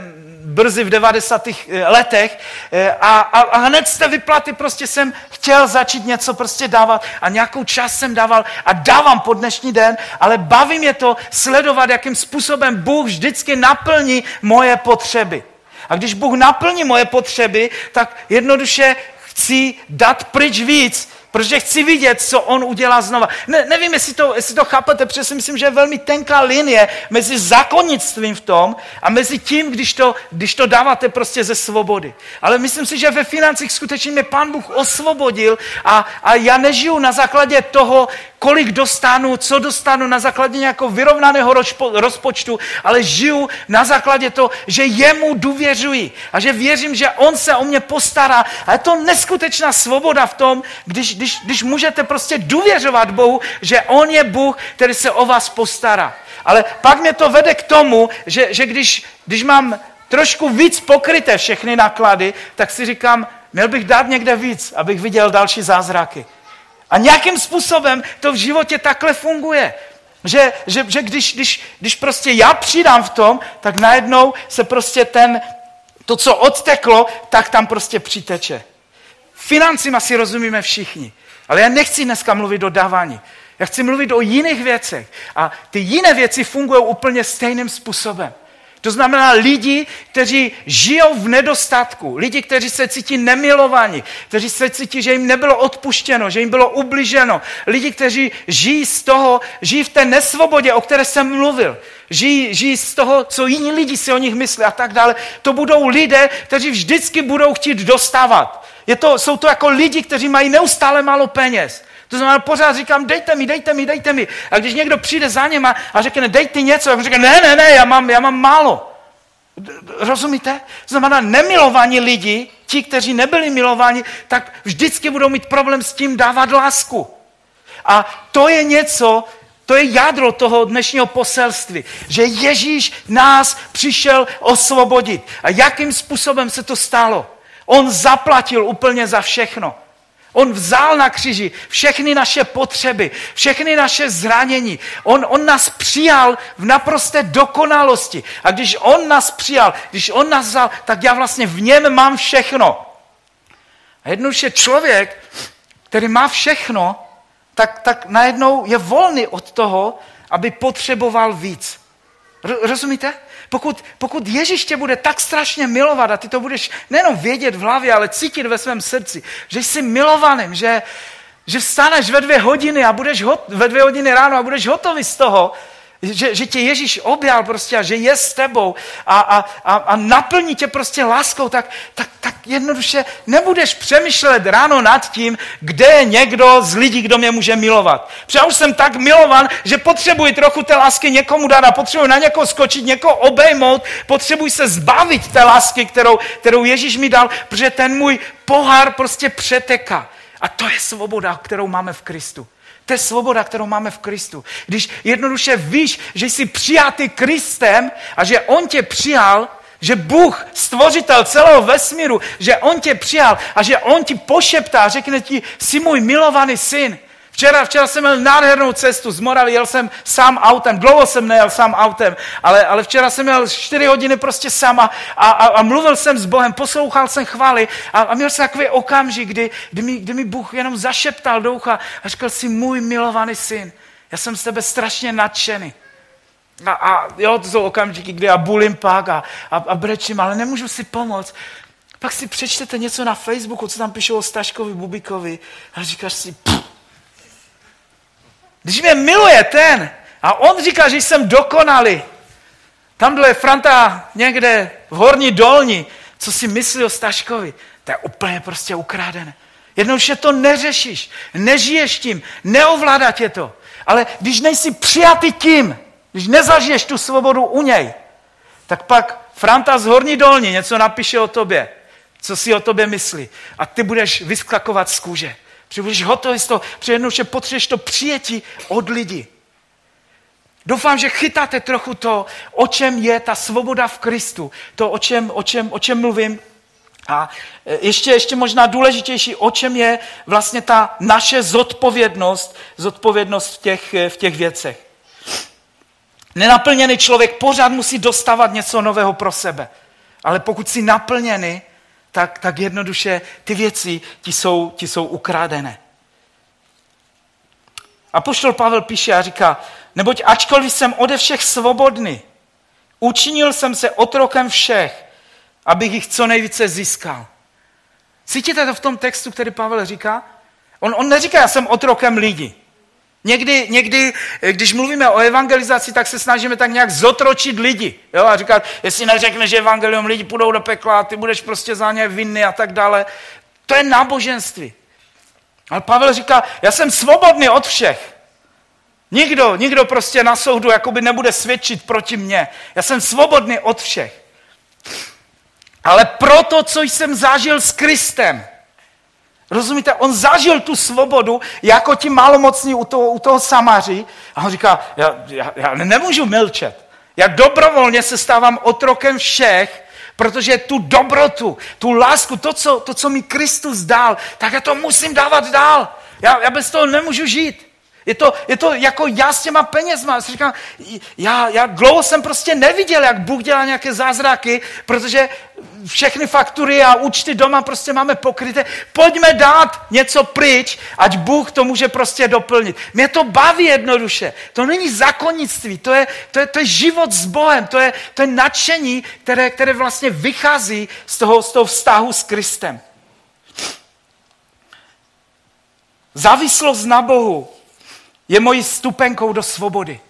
brzy v devadesátých letech a, a, a hned z té vyplaty prostě jsem chtěl začít něco prostě dávat a nějakou čas jsem dával a dávám po dnešní den, ale baví mě to sledovat, jakým způsobem Bůh vždycky naplní moje potřeby. A když Bůh naplní moje potřeby, tak jednoduše chci dát pryč víc, protože chci vidět, co on udělá znova. Ne, nevím, jestli to, jestli to chápete, protože si myslím, že je velmi tenká linie mezi zákonnictvím v tom a mezi tím, když to, když to dáváte prostě ze svobody. Ale myslím si, že ve financích skutečně mě Pán Bůh osvobodil a, a já nežiju na základě toho, kolik dostanu, co dostanu na základě nějakého vyrovnaného rozpočtu, ale žiju na základě toho, že jemu důvěřuji a že věřím, že on se o mě postará. A je to neskutečná svoboda v tom, když, když, když můžete prostě důvěřovat Bohu, že on je Bůh, který se o vás postará. Ale pak mě to vede k tomu, že, že když, když mám trošku víc pokryté všechny náklady, tak si říkám, měl bych dát někde víc, abych viděl další zázraky. A nějakým způsobem to v životě takhle funguje. Že, že, že když, když, když prostě já přidám v tom, tak najednou se prostě ten, to, co odteklo, tak tam prostě přiteče. Financím asi rozumíme všichni. Ale já nechci dneska mluvit o dávání. Já chci mluvit o jiných věcech. A ty jiné věci fungují úplně stejným způsobem. To znamená lidi, kteří žijou v nedostatku, lidi, kteří se cítí nemilovaní, kteří se cítí, že jim nebylo odpuštěno, že jim bylo ubliženo, lidi, kteří žijí z toho, žijí v té nesvobodě, o které jsem mluvil, žijí, žijí z toho, co jiní lidi si o nich myslí a tak dále. To budou lidé, kteří vždycky budou chtít dostávat. Je to, jsou to jako lidi, kteří mají neustále málo peněz. To znamená, pořád říkám, dejte mi, dejte mi, dejte mi. A když někdo přijde za něma a řekne, dej ty něco, tak říká, ne, ne, ne, já mám, já mám málo. Rozumíte? To znamená, nemilovaní lidi, ti, kteří nebyli milováni, tak vždycky budou mít problém s tím dávat lásku. A to je něco, to je jádro toho dnešního poselství, že Ježíš nás přišel osvobodit. A jakým způsobem se to stalo? On zaplatil úplně za všechno. On vzal na kříži všechny naše potřeby, všechny naše zranění. On, on nás přijal v naprosté dokonalosti. A když on nás přijal, když on nás vzal, tak já vlastně v něm mám všechno. A jednoduše člověk, který má všechno, tak, tak najednou je volný od toho, aby potřeboval víc. Rozumíte? Pokud, pokud Ježíš tě bude tak strašně milovat a ty to budeš nejenom vědět v hlavě, ale cítit ve svém srdci, že jsi milovaným, že, že vstaneš ve dvě hodiny a budeš hot, ve dvě hodiny ráno a budeš hotový z toho, že, že tě Ježíš objal prostě a že je s tebou a, a, a, a naplní tě prostě láskou, tak, tak, tak jednoduše nebudeš přemýšlet ráno nad tím, kde je někdo z lidí, kdo mě může milovat. Protože já už jsem tak milovan, že potřebuji trochu té lásky někomu dát a potřebuji na někoho skočit, někoho obejmout, potřebuji se zbavit té lásky, kterou, kterou Ježíš mi dal, protože ten můj pohár prostě přeteká. A to je svoboda, kterou máme v Kristu. To je svoboda, kterou máme v Kristu. Když jednoduše víš, že jsi přijatý Kristem a že on tě přijal, že Bůh, stvořitel celého vesmíru, že on tě přijal a že on ti pošeptá a řekne ti, jsi můj milovaný syn. Včera, včera jsem měl nádhernou cestu z Moravy, jel jsem sám autem, dlouho jsem nejel sám autem, ale, ale včera jsem měl čtyři hodiny prostě sám a, a, a mluvil jsem s Bohem, poslouchal jsem chvály a, a měl jsem takový okamžik, kdy, kdy, mi, kdy mi Bůh jenom zašeptal do ucha a říkal, jsi můj milovaný syn, já jsem z tebe strašně nadšený. A, a jo, to jsou okamžiky, kdy já bulím pak a, a, a brečím, ale nemůžu si pomoct. Pak si přečtete něco na Facebooku, co tam píšou o Staškovi Bubikovi a říkáš si, pff, když mě miluje ten a on říká, že jsem dokonalý, tamhle je Franta někde v Horní Dolní, co si myslí o Staškovi, to je úplně prostě ukrádené. Jednoduše to neřešíš, nežiješ tím, neovládá tě to. Ale když nejsi přijatý tím, když nezažiješ tu svobodu u něj, tak pak Franta z Horní Dolní něco napíše o tobě, co si o tobě myslí. A ty budeš vyskakovat z kůže. Protože budeš hotový z toho, protože jednoduše potřebuješ to přijetí od lidí. Doufám, že chytáte trochu to, o čem je ta svoboda v Kristu, to, o čem, o čem, o čem mluvím. A ještě, ještě možná důležitější, o čem je vlastně ta naše zodpovědnost, zodpovědnost v těch, v těch věcech. Nenaplněný člověk pořád musí dostávat něco nového pro sebe. Ale pokud jsi naplněný, tak, tak jednoduše ty věci ti jsou, ti jsou ukradené. Apoštol Pavel píše a říká, neboť ačkoliv jsem ode všech svobodný, učinil jsem se otrokem všech, abych jich co nejvíce získal. Cítíte to v tom textu, který Pavel říká? On, on neříká, já jsem otrokem lidí. Někdy, někdy, když mluvíme o evangelizaci, tak se snažíme tak nějak zotročit lidi. Jo? A říkat, jestli neřekneš evangelium, lidi půjdou do pekla, ty budeš prostě za ně vinný a tak dále. To je náboženství. Ale Pavel říká, já jsem svobodný od všech. Nikdo, nikdo prostě na soudu jakoby nebude svědčit proti mně. Já jsem svobodný od všech. Ale proto, co jsem zažil s Kristem. Rozumíte? On zažil tu svobodu jako ti malomocní u toho, u toho Samaří a on říká, já, já, já nemůžu mlčet. Já dobrovolně se stávám otrokem všech, protože tu dobrotu, tu lásku, to co, to, co mi Kristus dal, tak já to musím dávat dál. Já, já bez toho nemůžu žít. Je to, je to jako já s těma penězma. Já si říkám, já, já dlouho jsem prostě neviděl, jak Bůh dělá nějaké zázraky, protože všechny faktury a účty doma prostě máme pokryté. Pojďme dát něco pryč, ať Bůh to může prostě doplnit. Mě to baví jednoduše. To není zákonnictví, to je, to je, to je život s Bohem, to je, to je nadšení, které, které vlastně vychází z toho, z toho vztahu s Kristem. Závislost na Bohu je mojí vstupenkou do svobody.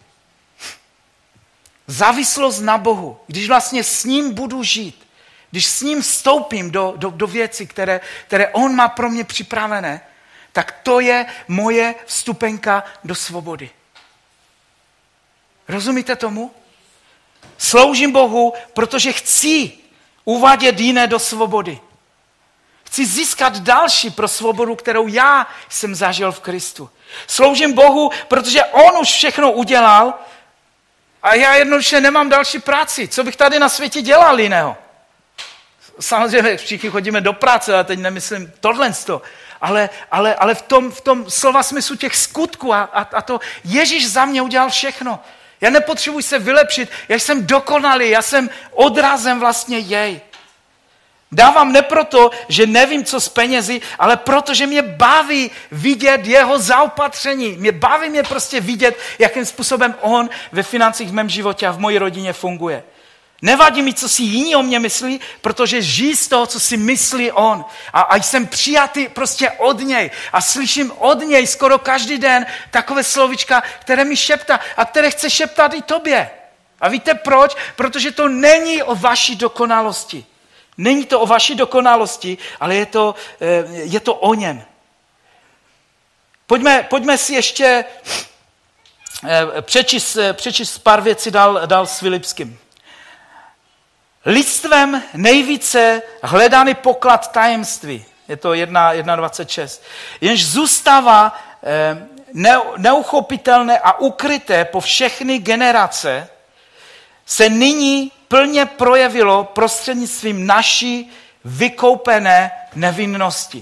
Závislost na Bohu, když vlastně s ním budu žít, když s ním vstoupím do, do, do věcí, které, které on má pro mě připravené, tak to je moje vstupenka do svobody. Rozumíte tomu? Sloužím Bohu, protože chci uvádět jiné do svobody. Chci získat další pro svobodu, kterou já jsem zažil v Kristu. Sloužím Bohu, protože on už všechno udělal a já jednoduše nemám další práci. Co bych tady na světě dělal jiného? Samozřejmě všichni chodíme do práce, ale teď nemyslím tohle, ale, ale, ale v, tom, v tom slova smyslu těch skutků a, a, a to Ježíš za mě udělal všechno. Já nepotřebuji se vylepšit, já jsem dokonalý, já jsem odrazem vlastně jej. Dávám ne proto, že nevím, co s penězi, ale proto, že mě baví vidět jeho zaopatření. Mě baví mě prostě vidět, jakým způsobem on ve financích v mém životě a v mojí rodině funguje. Nevadí mi, co si jiní o mě myslí, protože žijí z toho, co si myslí on. A, a jsem přijatý prostě od něj. A slyším od něj skoro každý den takové slovička, které mi šeptá a které chce šeptat i tobě. A víte proč? Protože to není o vaší dokonalosti. Není to o vaší dokonalosti, ale je to, je to o něm. Pojďme, pojďme si ještě přečíst, přečíst pár věcí dál, dál s Filipským. Lidstvem nejvíce hledaný poklad tajemství, je to jedna dvacet šest, jenž zůstává neuchopitelné a ukryté po všechny generace, se nyní plně projevilo prostřednictvím naší vykoupené nevinnosti.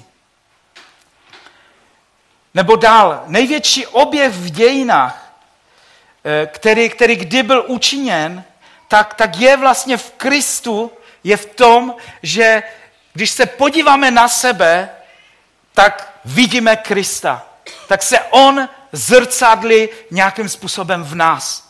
Nebo dál, největší objev v dějinách, který, který kdy byl učiněn, tak, tak je vlastně v Kristu, je v tom, že když se podíváme na sebe, tak vidíme Krista. Tak se on zrcadlí nějakým způsobem v nás.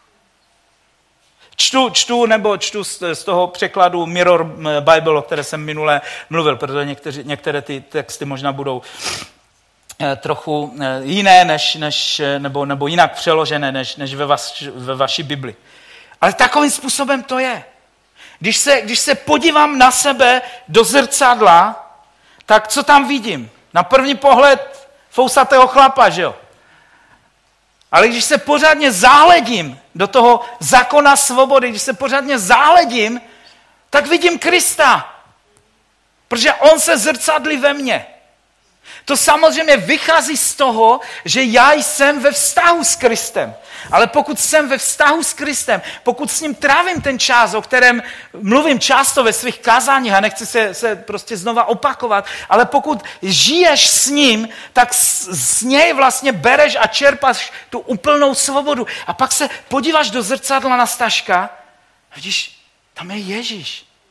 Čtu, čtu nebo čtu z, z toho překladu Mirror Bible, o které jsem minule mluvil, protože některé, některé ty texty možná budou eh, trochu eh, jiné, než, než, nebo, nebo jinak přeložené, než, než ve, vaš, ve vaší Bibli. Ale takovým způsobem to je. Když se, když se podívám na sebe do zrcadla, tak co tam vidím? Na první pohled fousatého chlapa, že jo? Ale když se pořádně záhledím do toho zákona svobody, když se pořádně záhledím, tak vidím Krista. Protože on se zrcadlí ve mně. To samozřejmě vychází z toho, že já jsem ve vztahu s Kristem. Ale pokud jsem ve vztahu s Kristem, pokud s ním trávím ten čas, o kterém mluvím často ve svých kázáních a nechci se, se prostě znova opakovat, ale pokud žiješ s ním, tak z, z něj vlastně bereš a čerpáš tu úplnou svobodu. A pak se podíváš do zrcadla na Staška a vidíš, tam je Ježíš.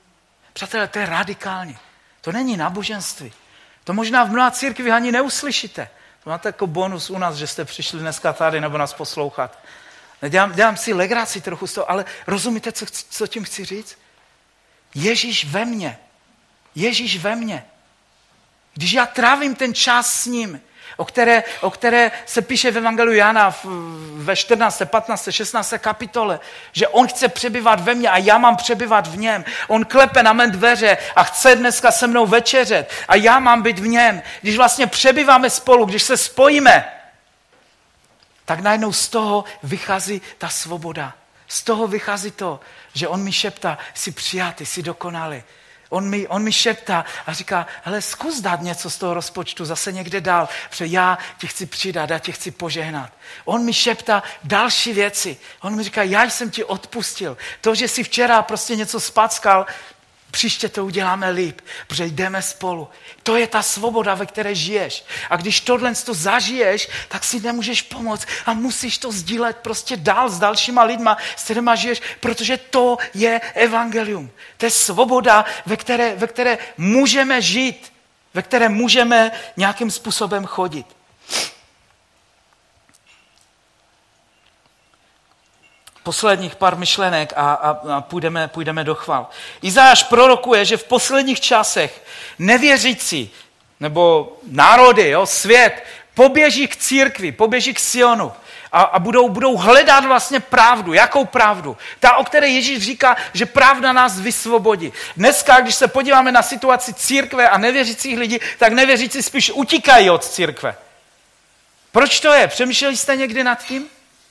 Přátelé, to je radikální. To není náboženství. To možná v mnoha církvích ani neuslyšíte. To máte jako bonus u nás, že jste přišli dneska tady nebo nás poslouchat. Dělám, dělám si legraci trochu z toho, ale rozumíte, co, co tím chci říct? Ježíš ve mně. Ježíš ve mně. Když já trávím ten čas s ním, o které, o které se píše v Evangeliu Jana ve čtrnácté, patnácté, šestnácté kapitole, že on chce přebyvat ve mně a já mám přebyvat v něm. On klepe na mé dveře a chce dneska se mnou večeřet a já mám být v něm. Když vlastně přebyváme spolu, když se spojíme, tak najednou z toho vychází ta svoboda. Z toho vychází to, že on mi šeptá, jsi přijatý, jsi dokonalý. On mi, on mi šeptá a říká, hele, zkus dát něco z toho rozpočtu zase někde dál, protože já ti chci přidat, já ti chci požehnat. On mi šeptá další věci. On mi říká, já jsem ti odpustil. To, že jsi včera prostě něco spackal, příště to uděláme líp, protože jdeme spolu. To je ta svoboda, ve které žiješ. A když tohle to zažiješ, tak si nemůžeš pomoct a musíš to sdílet prostě dál s dalšíma lidma, s kterýma žiješ, protože to je evangelium. To je svoboda, ve které, ve které můžeme žít, ve které můžeme nějakým způsobem chodit. Posledních pár myšlenek a, a, a půjdeme, půjdeme do chval. Izajáš prorokuje, že v posledních časech nevěřící nebo národy, jo, svět, poběží k církvi, poběží k Sionu a, a budou, budou hledat vlastně pravdu. Jakou pravdu? Ta, o které Ježíš říká, že pravda nás vysvobodí. Dneska, když se podíváme na situaci církve a nevěřících lidí, tak nevěřící spíš utíkají od církve. Proč to je? Přemýšleli jste někdy nad tím?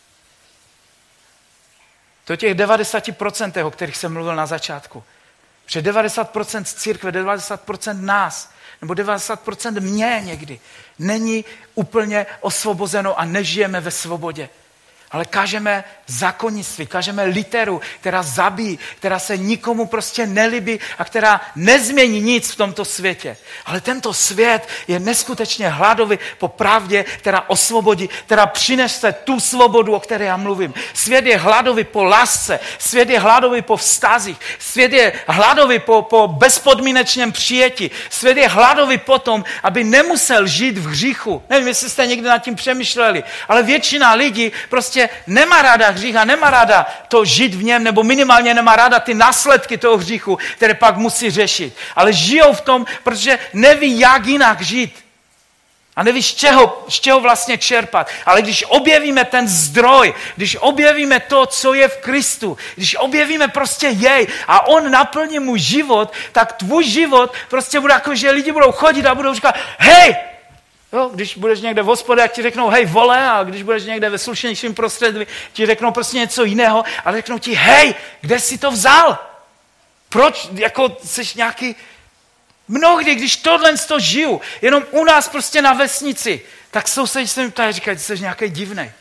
To těch devadesát procent, o kterých jsem mluvil na začátku. Že devadesát procent z církve, devadesát procent nás, nebo devadesát procent mě někdy, není úplně osvobozeno a nežijeme ve svobodě. Ale kážeme zákonnictví, kážeme literu, která zabíjí, která se nikomu prostě nelíbí a která nezmění nic v tomto světě. Ale tento svět je neskutečně hladový po pravdě, která osvobodí, která přinese tu svobodu, o které já mluvím. Svět je hladový po lásce, svět je hladový po vztazích, svět je hladový po, po bezpodmínečném přijetí, svět je hladový po tom, aby nemusel žít v hříchu. Nevím, jestli jste někdy nad tím přemýšleli, ale většina lidí prostě nemá ráda hřích a nemá ráda to žít v něm, nebo minimálně nemá ráda ty následky toho hříchu, které pak musí řešit. Ale žijou v tom, protože neví, jak jinak žít. A neví, z čeho, z čeho vlastně čerpat. Ale když objevíme ten zdroj, když objevíme to, co je v Kristu, když objevíme prostě jej a on naplní můj život, tak tvůj život prostě bude jako, že lidi budou chodit a budou říkat, hej, jo, když budeš někde v hospodě, jak ti řeknou, hej, vole, a když budeš někde ve slušnějším prostředí, ti řeknou prostě něco jiného, ale řeknou ti, hej, kde jsi to vzal? Proč, jako, jsi nějaký... Mnohdy, když tohle to žiju, jenom u nás prostě na vesnici, tak sousedi se mi ptají, říkají, jsi nějaký divnej.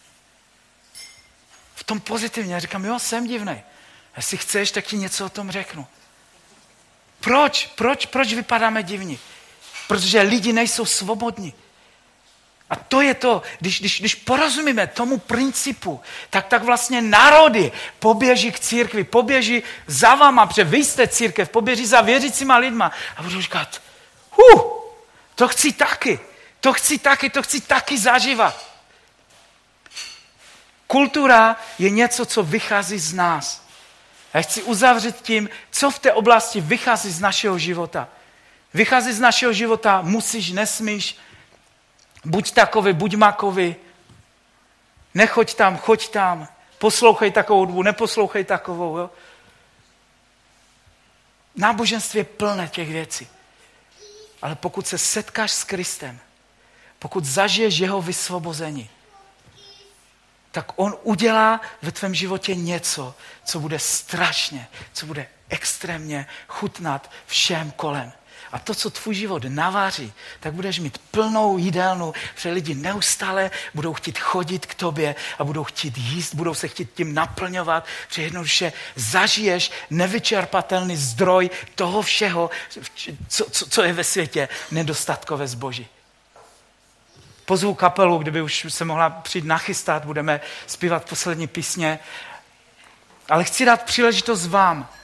V tom pozitivně, já říkám, jo, jsem divnej. Jestli chceš, tak ti něco o tom řeknu. Proč? Proč? Proč vypadáme divní? Protože lidi nejsou svobodní. A to je to, když, když, když porozumíme tomu principu, tak tak vlastně národy poběží k církvi, poběží za váma, protože vy jste církev, poběží za věřícíma lidma a budou říkat, huh, to chci taky, to chci taky, to chci taky zažívat. Kultura je něco, co vychází z nás. Já chci uzavřít tím, co v té oblasti vychází z našeho života. Vychází z našeho života, musíš, nesmíš, buď takový, buď makový, nechoď tam, choď tam, poslouchej takovou hudbu, neposlouchej takovou. Jo? Náboženství je plné těch věcí. Ale pokud se setkáš s Kristem, pokud zažiješ jeho vysvobození, tak on udělá ve tvém životě něco, co bude strašně, co bude extrémně chutnat všem kolem. A to, co tvůj život naváří, tak budeš mít plnou jídelnu, protože lidi neustále budou chtít chodit k tobě a budou chtít jíst, budou se chtít tím naplňovat, protože jednoduše zažiješ nevyčerpatelný zdroj toho všeho, co, co, co je ve světě nedostatkové zboží. Pozvu kapelu, kdyby už se mohla přijít nachystat, budeme zpívat poslední písně, ale chci dát příležitost vám.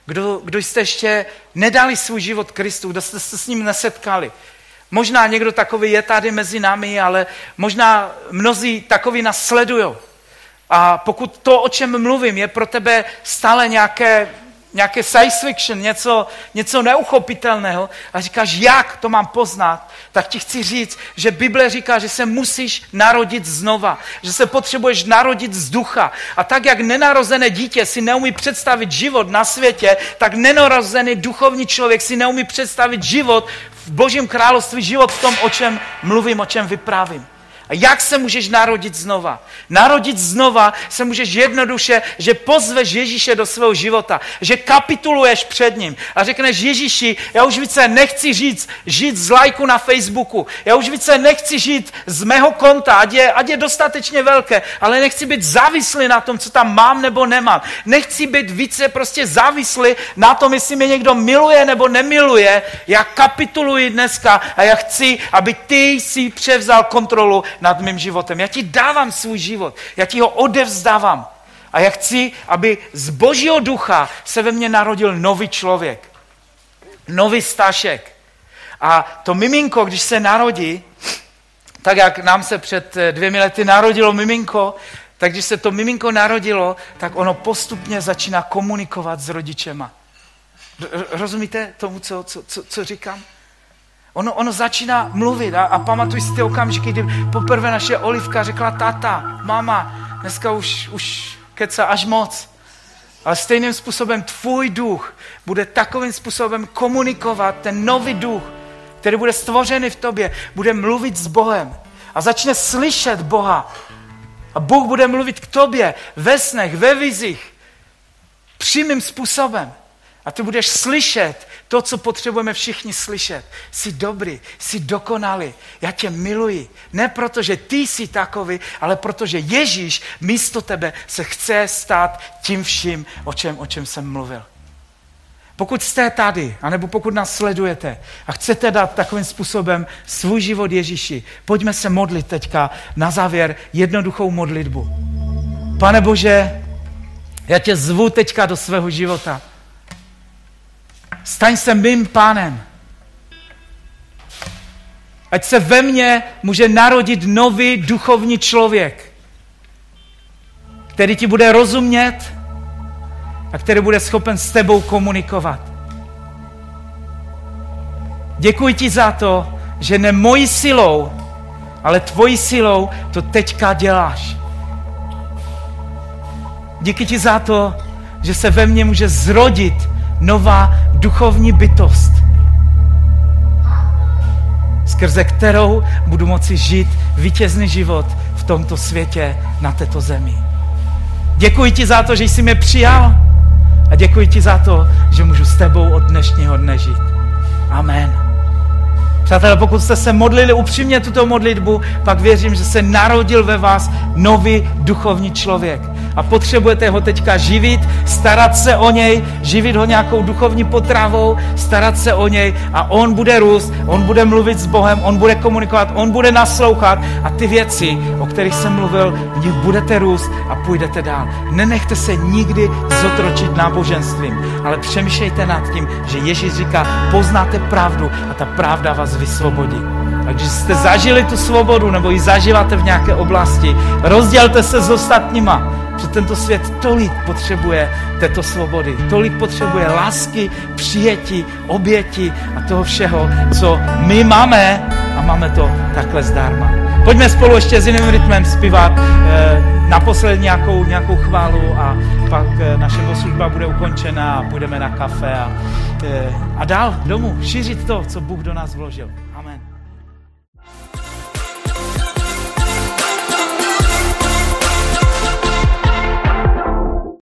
kdo, kdo jste ještě nedali svůj život Kristu, kdo jste se s ním nesetkali. Možná někdo takový je tady mezi námi, ale možná mnozí takový nás sledujou. A pokud to, o čem mluvím, je pro tebe stále nějaké, nějaké science fiction, něco, něco neuchopitelného a říkáš, jak to mám poznat, tak ti chci říct, že Bible říká, že se musíš narodit znova, že se potřebuješ narodit z ducha. A tak, jak nenarozené dítě si neumí představit život na světě, tak nenarozený duchovní člověk si neumí představit život v Božím království, život v tom, o čem mluvím, o čem vyprávím. A jak se můžeš narodit znova? Narodit znova se můžeš jednoduše, že pozveš Ježíše do svého života, že kapituluješ před ním a řekneš Ježíši, já už více nechci žít, žít z lajku na Facebooku, já už více nechci žít z mého konta, ať je, ať je dostatečně velké, ale nechci být závislý na tom, co tam mám nebo nemám. Nechci být více prostě závislý na tom, jestli mě někdo miluje nebo nemiluje. Já kapituluji dneska a já chci, aby ty si převzal kontrolu nad mým životem. Já ti dávám svůj život, já ti ho odevzdávám. A já chci, aby z Božího ducha se ve mně narodil nový člověk. Nový Stašek. A to miminko, když se narodí, tak jak nám se před dvěmi lety narodilo miminko, tak když se to miminko narodilo, tak ono postupně začíná komunikovat s rodičema. Rozumíte tomu, co, co, co, co říkám? Ono, ono začíná mluvit a, a pamatuj si ty okamžiky, kdy poprvé naše Olivka řekla táta, máma, dneska už, už keca až moc. Ale stejným způsobem tvůj duch bude takovým způsobem komunikovat, ten nový duch, který bude stvořený v tobě, bude mluvit s Bohem a začne slyšet Boha. A Bůh bude mluvit k tobě ve snech, ve vizích, přímým způsobem. A ty budeš slyšet to, co potřebujeme všichni slyšet. Jsi dobrý, jsi dokonalý, já tě miluji. Ne proto, že ty jsi takový, ale protože Ježíš místo tebe se chce stát tím vším, o čem, o čem jsem mluvil. Pokud jste tady, anebo pokud nás sledujete a chcete dát takovým způsobem svůj život Ježíši, pojďme se modlit teďka na závěr jednoduchou modlitbu. Pane Bože, já tě zvu teďka do svého života. Staň se mým pánem. Ať se ve mně může narodit nový duchovní člověk, který ti bude rozumět a který bude schopen s tebou komunikovat. Děkuji ti za to, že ne mojí silou, ale tvojí silou to teďka děláš. Díky ti za to, že se ve mně může zrodit nová duchovní bytost, skrze kterou budu moci žít vítězný život v tomto světě, na této zemi. Děkuji ti za to, že jsi mě přijal a děkuji ti za to, že můžu s tebou od dnešního dne žít. Amen. Přátelé, pokud jste se modlili upřímně tuto modlitbu, pak věřím, že se narodil ve vás nový duchovní člověk. A potřebujete ho teďka živit, starat se o něj, živit ho nějakou duchovní potravou, starat se o něj a on bude růst, on bude mluvit s Bohem, on bude komunikovat, on bude naslouchat a ty věci, o kterých jsem mluvil, v nich budete růst a půjdete dál. Nenechte se nikdy zotročit náboženstvím, ale přemýšlejte nad tím, že Ježíš říká, poznáte pravdu a ta pravda vás vysvobodí. A když jste zažili tu svobodu nebo ji zažíváte v nějaké oblasti, rozdělte se s ostatníma, protože tento svět tolik potřebuje této svobody, tolik potřebuje lásky, přijetí, oběti a toho všeho, co my máme a máme to takhle zdarma. Pojďme spolu ještě s jiným rytmem zpívat eh, naposled nějakou, nějakou chválu a pak eh, naše bohoslužba bude ukončena a půjdeme na kafe a, eh, a dál domů šířit to, co Bůh do nás vložil. Amen.